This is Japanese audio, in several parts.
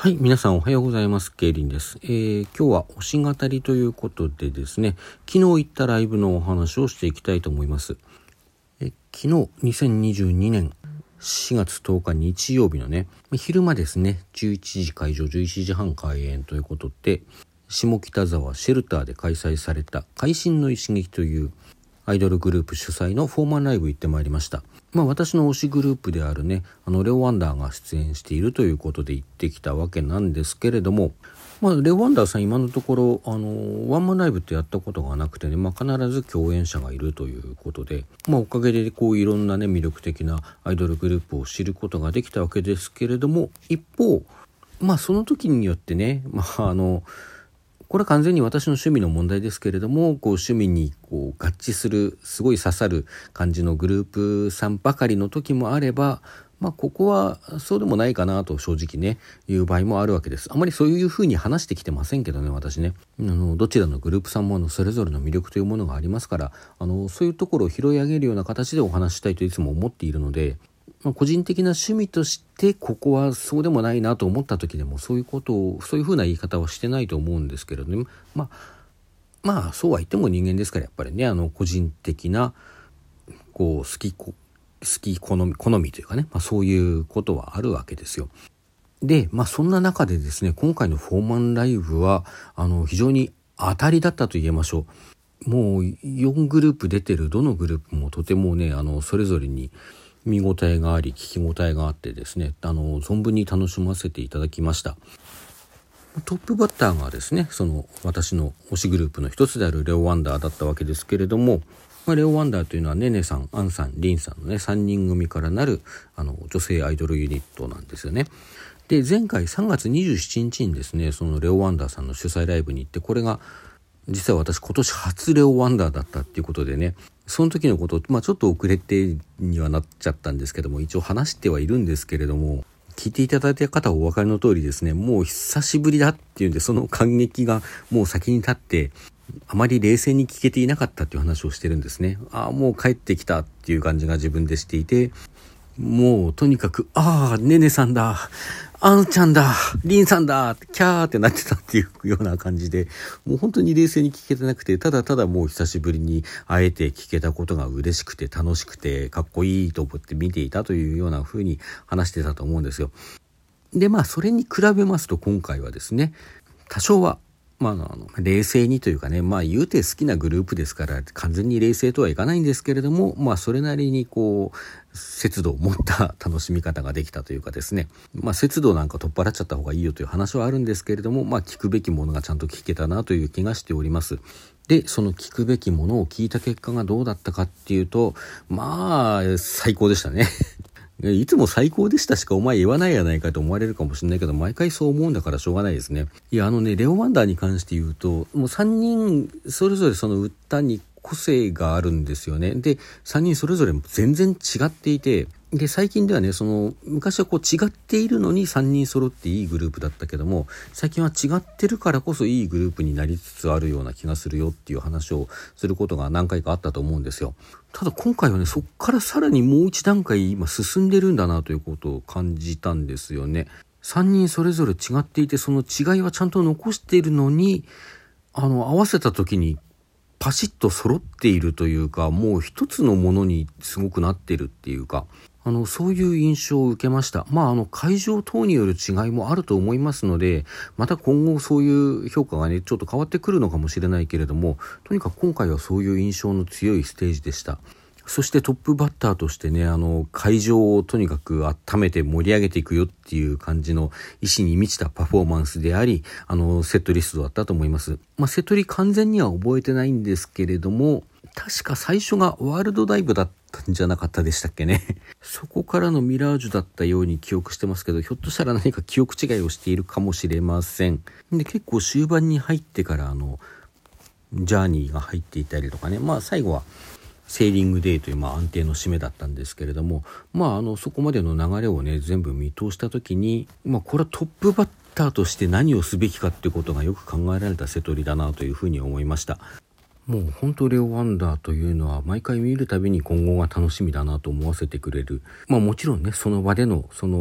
はい、皆さんおはようございます。ケイリンです。今日は推し語りということでですね、昨日行ったライブのお話をしていきたいと思います。昨日2022年4月10日日曜日のね、昼間ですね、11時会場、11時半開演ということで、下北沢シェルターで開催された会心の一撃というアイドルグループ主催のフォーマンライブ行ってまいりました。私の推しグループであるね、レオワンダーが出演しているということで行ってきたわけなんですけれども、レオワンダーさん今のところワンマンライブってやったことがなくてね、必ず共演者がいるということで、おかげでこういろんなね魅力的なアイドルグループを知ることができたわけですけれども、一方その時によってね、これは完全に私の趣味の問題ですけれども、趣味に合致するすごい刺さる感じのグループさんばかりの時もあれば、ここはそうでもないかなと正直ねいう場合もあるわけです。あまりそういうふうに話してきてませんけどね、私ね、どちらのグループさんもそれぞれの魅力というものがありますから、そういうところを拾い上げるような形でお話したいといつも思っているので、個人的な趣味としてここはそうでもないなと思った時でもそういうふうな言い方はしてないと思うんですけれどね、そうは言っても人間ですからやっぱりね、個人的な好き好みというかね、そういうことはあるわけですよ。で、そんな中でですね、今回のフォーマンライブは非常に当たりだったと言えましょう。もう4グループ出てるどのグループもとてもねそれぞれに見応えがあり聞き応えがあってですね、存分に楽しませていただきました。トップバッターがですね、その私の推しグループの一つであるレオワンダーだったわけですけれども、レオワンダーというのはねねさん、アンさん、リンさんのね3人組からなる女性アイドルユニットなんですよね。で、前回3月27日にですね、そのレオワンダーさんの主催ライブに行って、これが実は私今年初レオワンダーだったっていうことでね、その時のことを、ちょっと遅れてにはなっちゃったんですけども、一応話してはいるんですけれども、聞いていただいた方はお分かりの通りですね、もう久しぶりだっていうんで、その感激がもう先に立って、あまり冷静に聞けていなかったっていう話をしてるんですね。もう帰ってきたっていう感じが自分でしていて、もうとにかくねねさんだ、あんちゃんだ、りんさんだ、キャーってなってたっていうような感じで、もう本当に冷静に聞けてなくて、ただただもう久しぶりに会えて聞けたことが嬉しくて楽しくてかっこいいと思って見ていたというような風に話してたと思うんですよ。で、それに比べますと今回はですね、多少は冷静にというかね、言うて好きなグループですから完全に冷静とはいかないんですけれども、それなりに節度を持った楽しみ方ができたというかですね、節度なんか取っ払っちゃった方がいいよという話はあるんですけれども、聞くべきものがちゃんと聞けたなという気がしております。で、その聞くべきものを聞いた結果がどうだったかっていうと、最高でしたね。いつも最高でしたしかお前言わないやないかと思われるかもしれないけど、毎回そう思うんだからしょうがないですね。いや、レオワンダーに関して言うと、もう3人それぞれその歌に個性があるんですよね。で、3人それぞれ全然違っていて、で、最近ではね、昔は違っているのに3人揃っていいグループだったけども、最近は違ってるからこそいいグループになりつつあるような気がするよっていう話をすることが何回かあったと思うんですよ。ただ今回はね、そっからさらにもう一段階今進んでるんだなということを感じたんですよね。3人それぞれ違っていて、その違いはちゃんと残しているのに、合わせた時にパシッと揃っているというか、もう一つのものにすごくなっているっていうか、そういう印象を受けました。会場等による違いもあると思いますので、また今後そういう評価がね、ちょっと変わってくるのかもしれないけれども、とにかく今回はそういう印象の強いステージでした。そしてトップバッターとしてね、会場をとにかく温めて盛り上げていくよっていう感じの意志に満ちたパフォーマンスであり、セットリストだったと思います。セットリ完全には覚えてないんですけれども、確か最初がワールドダイブだったんじゃなかったでしたっけね。そこからのミラージュだったように記憶してますけど、ひょっとしたら何か記憶違いをしているかもしれません。で、結構終盤に入ってからジャーニーが入っていたりとかね、最後はセーリングデーという安定の締めだったんですけれども、そこまでの流れをね全部見通した時に、これはトップバッターとして何をすべきかっていうことがよく考えられたセトリだなというふうに思いました。もう本当レオワンダーというのは毎回見るたびに今後が楽しみだなと思わせてくれる。もちろんね、その場での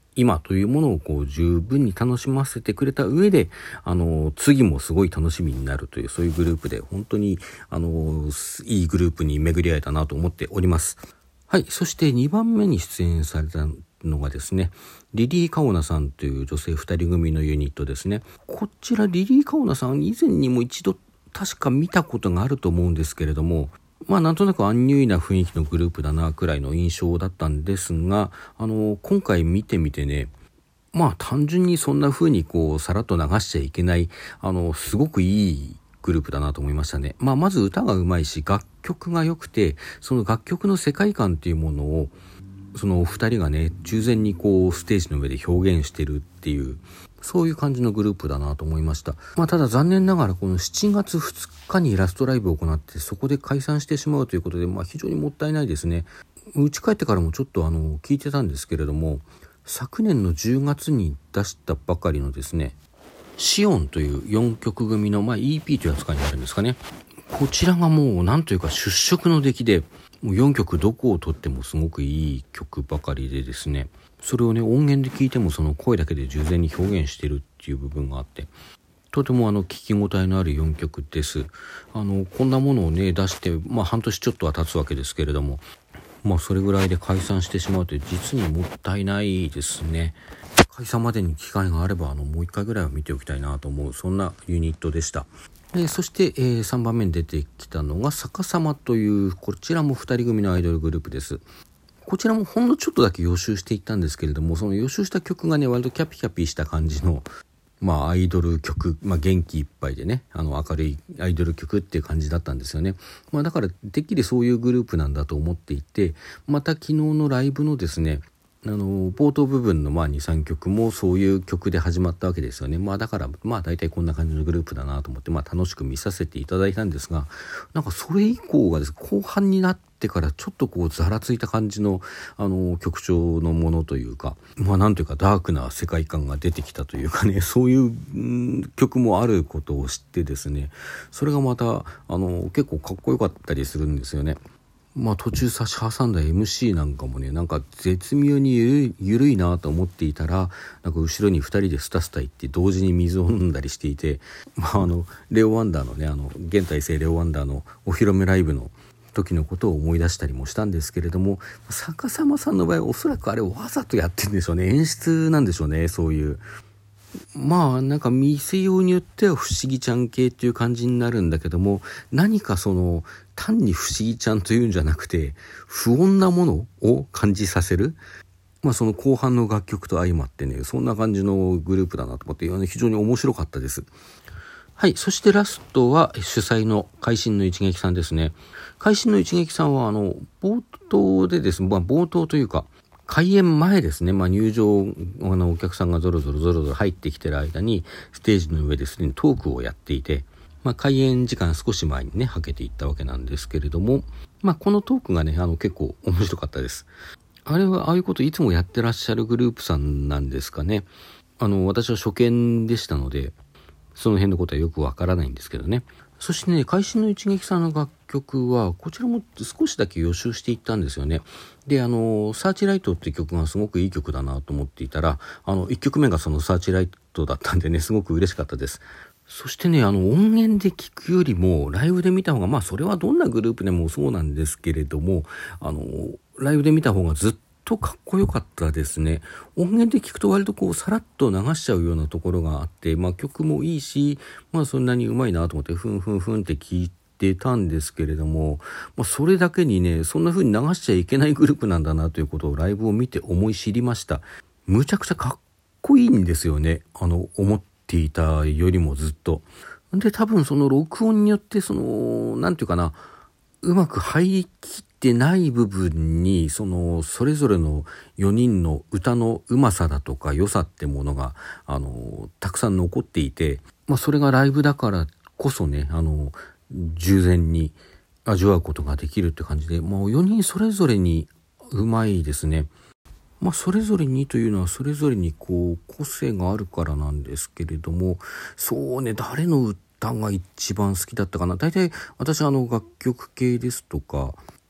今というものをこう十分に楽しませてくれた上で、次もすごい楽しみになるという、そういうグループで、本当に、いいグループに巡り合えたなと思っております。はい。そして2番目に出演されたのがですね、リリー・カオナさんという女性2人組のユニットですね。こちらリリー・カオナさん以前にも一度確か見たことがあると思うんですけれども、なんとなくアンニュイな雰囲気のグループだなくらいの印象だったんですが、今回見てみてね、単純にそんな風にこうさらっと流しちゃいけない、すごくいいグループだなと思いましたね。まず歌がうまいし、楽曲が良くて、その楽曲の世界観っていうものを、そのお二人がね、従前にこうステージの上で表現してるっていう、そういう感じのグループだなと思いました。ただ残念ながらこの7月2日にラストライブを行って、そこで解散してしまうということで、非常にもったいないですね。家帰ってからもちょっと聞いてたんですけれども、昨年の10月に出したばかりのですね、シオンという4曲組の、EP という扱いになるんですかね。こちらがもうなんというか出色の出来で、もう4曲どこをとってもすごくいい曲ばかりでですね、それをね音源で聞いてもその声だけで従前に表現してるっていう部分があって、とても聞き応えのある4曲です。こんなものをね出して、半年ちょっとは経つわけですけれども、それぐらいで解散してしまうという、実にもったいないですね。解散までに機会があればもう一回ぐらいは見ておきたいなと思う、そんなユニットでした。そして、3番目に出てきたのが逆さまという、こちらも2人組のアイドルグループです。こちらもほんのちょっとだけ予習していったんですけれども、その予習した曲がね割とキャピキャピした感じのアイドル曲、元気いっぱいでね、明るいアイドル曲っていう感じだったんですよね。だからてっきりそういうグループなんだと思っていて、また昨日のライブのですね、冒頭部分の2、3曲もそういう曲で始まったわけですよね。だから大体こんな感じのグループだなと思って、楽しく見させていただいたんですが、なんかそれ以降がですね、後半になってからちょっとこうざらついた感じの曲調のものというか、なんというかダークな世界観が出てきたというかね、そういう曲もあることを知ってですね、それがまた結構かっこよかったりするんですよね。途中差し挟んだ MC なんかもね、なんか絶妙にゆるいなと思っていたら、なんか後ろに2人でスタスタ行って同時に水を飲んだりしていて、レオワンダーのね、現代生レオワンダーのお披露目ライブの時のことを思い出したりもしたんですけれども、逆さまさんの場合おそらくあれわざとやってるんでしょうね。演出なんでしょうね、そういう。なんか見せようによっては不思議ちゃん系っていう感じになるんだけども、何かその単に不思議ちゃんというんじゃなくて不穏なものを感じさせる、その後半の楽曲と相まってね、そんな感じのグループだなと思って、非常に面白かったです。はい。そしてラストは主催の会心の一撃さんですね。会心の一撃さんは冒頭でですね、冒頭というか開演前ですね、入場お客さんがゾロゾロ入ってきてる間にステージの上ですでにトークをやっていて、開演時間少し前にねはけていったわけなんですけれども、このトークがね結構面白かったです。あれはああいうこといつもやってらっしゃるグループさんなんですかね。私は初見でしたのでその辺のことはよくわからないんですけどね。そしてね、会心の一撃さんの楽曲はこちらも少しだけ予習していったんですよね。で、サーチライトっていう曲がすごくいい曲だなと思っていたら、1曲目がそのサーチライトだったんでね、すごく嬉しかったです。そしてね、音源で聞くよりもライブで見た方が、それはどんなグループでもそうなんですけれども、ライブで見た方がずっとかっこよかったですね。音源で聞くと割とこうさらっと流しちゃうようなところがあって、曲もいいし、そんなにうまいなと思ってふんって聞いてたんですけれども、それだけにね、そんな風に流しちゃいけないグループなんだなということをライブを見て思い知りました。むちゃくちゃかっこいいんですよね。思っていたよりもずっと。で、多分その録音によってなんていうかな、うまく入りきってない部分にそれぞれの4人の歌のうまさだとか良さってものがたくさん残っていて、それがライブだからこそね従前に味わうことができるって感じで、4人それぞれにうまいですね。それぞれにというのはそれぞれにこう個性があるからなんですけれども、そうね、誰の歌が一番好きだったかな。大体私楽曲系ですとか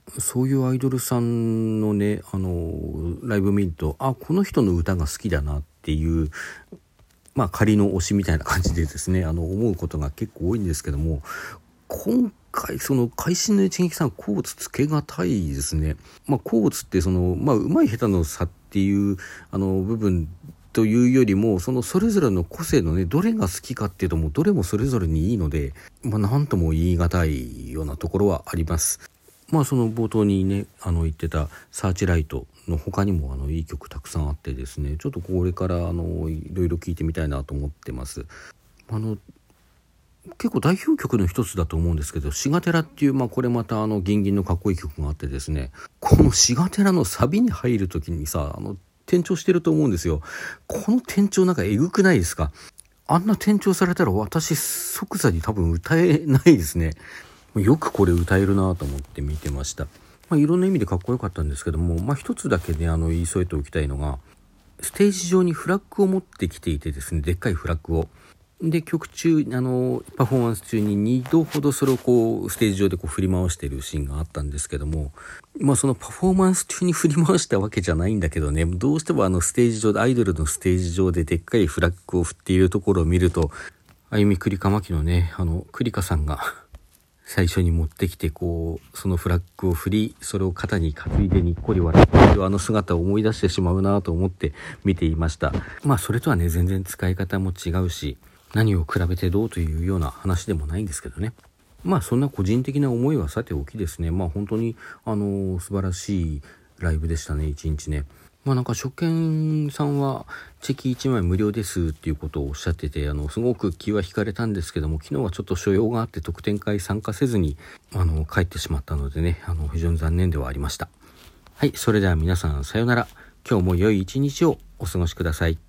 そういうアイドルさんのねライブ見るとこの人の歌が好きだなっていう仮の推しみたいな感じでですね思うことが結構多いんですけども、今回その会心の一撃さん甲乙つけがたいですね。甲乙ってうまい下手の差っていう部分というよりもそれぞれの個性のねどれが好きかっていうともうどれもそれぞれにいいので何とも言い難いようなところはあります。その冒頭にね言ってたサーチライトの他にもいい曲たくさんあってですね、ちょっとこれからいろいろ聴いてみたいなと思ってます。結構代表曲の一つだと思うんですけど、シガテラっていうこれまたギンギンのかっこいい曲があってですね、このシガテラのサビに入る時にさ転調してると思うんですよ。この転調なんかえぐくないですか？あんな転調されたら私即座に多分歌えないですね。よくこれ歌えるなと思って見てました。いろんな意味でかっこよかったんですけども、一つだけね言い添えておきたいのが、ステージ上にフラッグを持ってきていてですね、でっかいフラッグをで曲中パフォーマンス中に2度ほどそれをステージ上で振り回しているシーンがあったんですけども、そのパフォーマンス中に振り回したわけじゃないんだけどね、どうしてもステージ上でアイドルのステージ上ででっかいフラッグを振っているところを見ると、あゆみくりかまきのねくりかさんが最初に持ってきてそのフラッグを振りそれを肩に担いでにっこり笑っている姿を思い出してしまうなと思って見ていました。それとはね全然使い方も違うし、何を比べてどうというような話でもないんですけどね。そんな個人的な思いはさておきですね、本当に素晴らしいライブでしたね、一日ね。初見さんはチェキ1枚無料ですっていうことをおっしゃってて、すごく気は惹かれたんですけども、昨日はちょっと所用があって特典会参加せずに帰ってしまったのでね、非常に残念ではありました。はい、それでは皆さんさようなら。今日も良い一日をお過ごしください。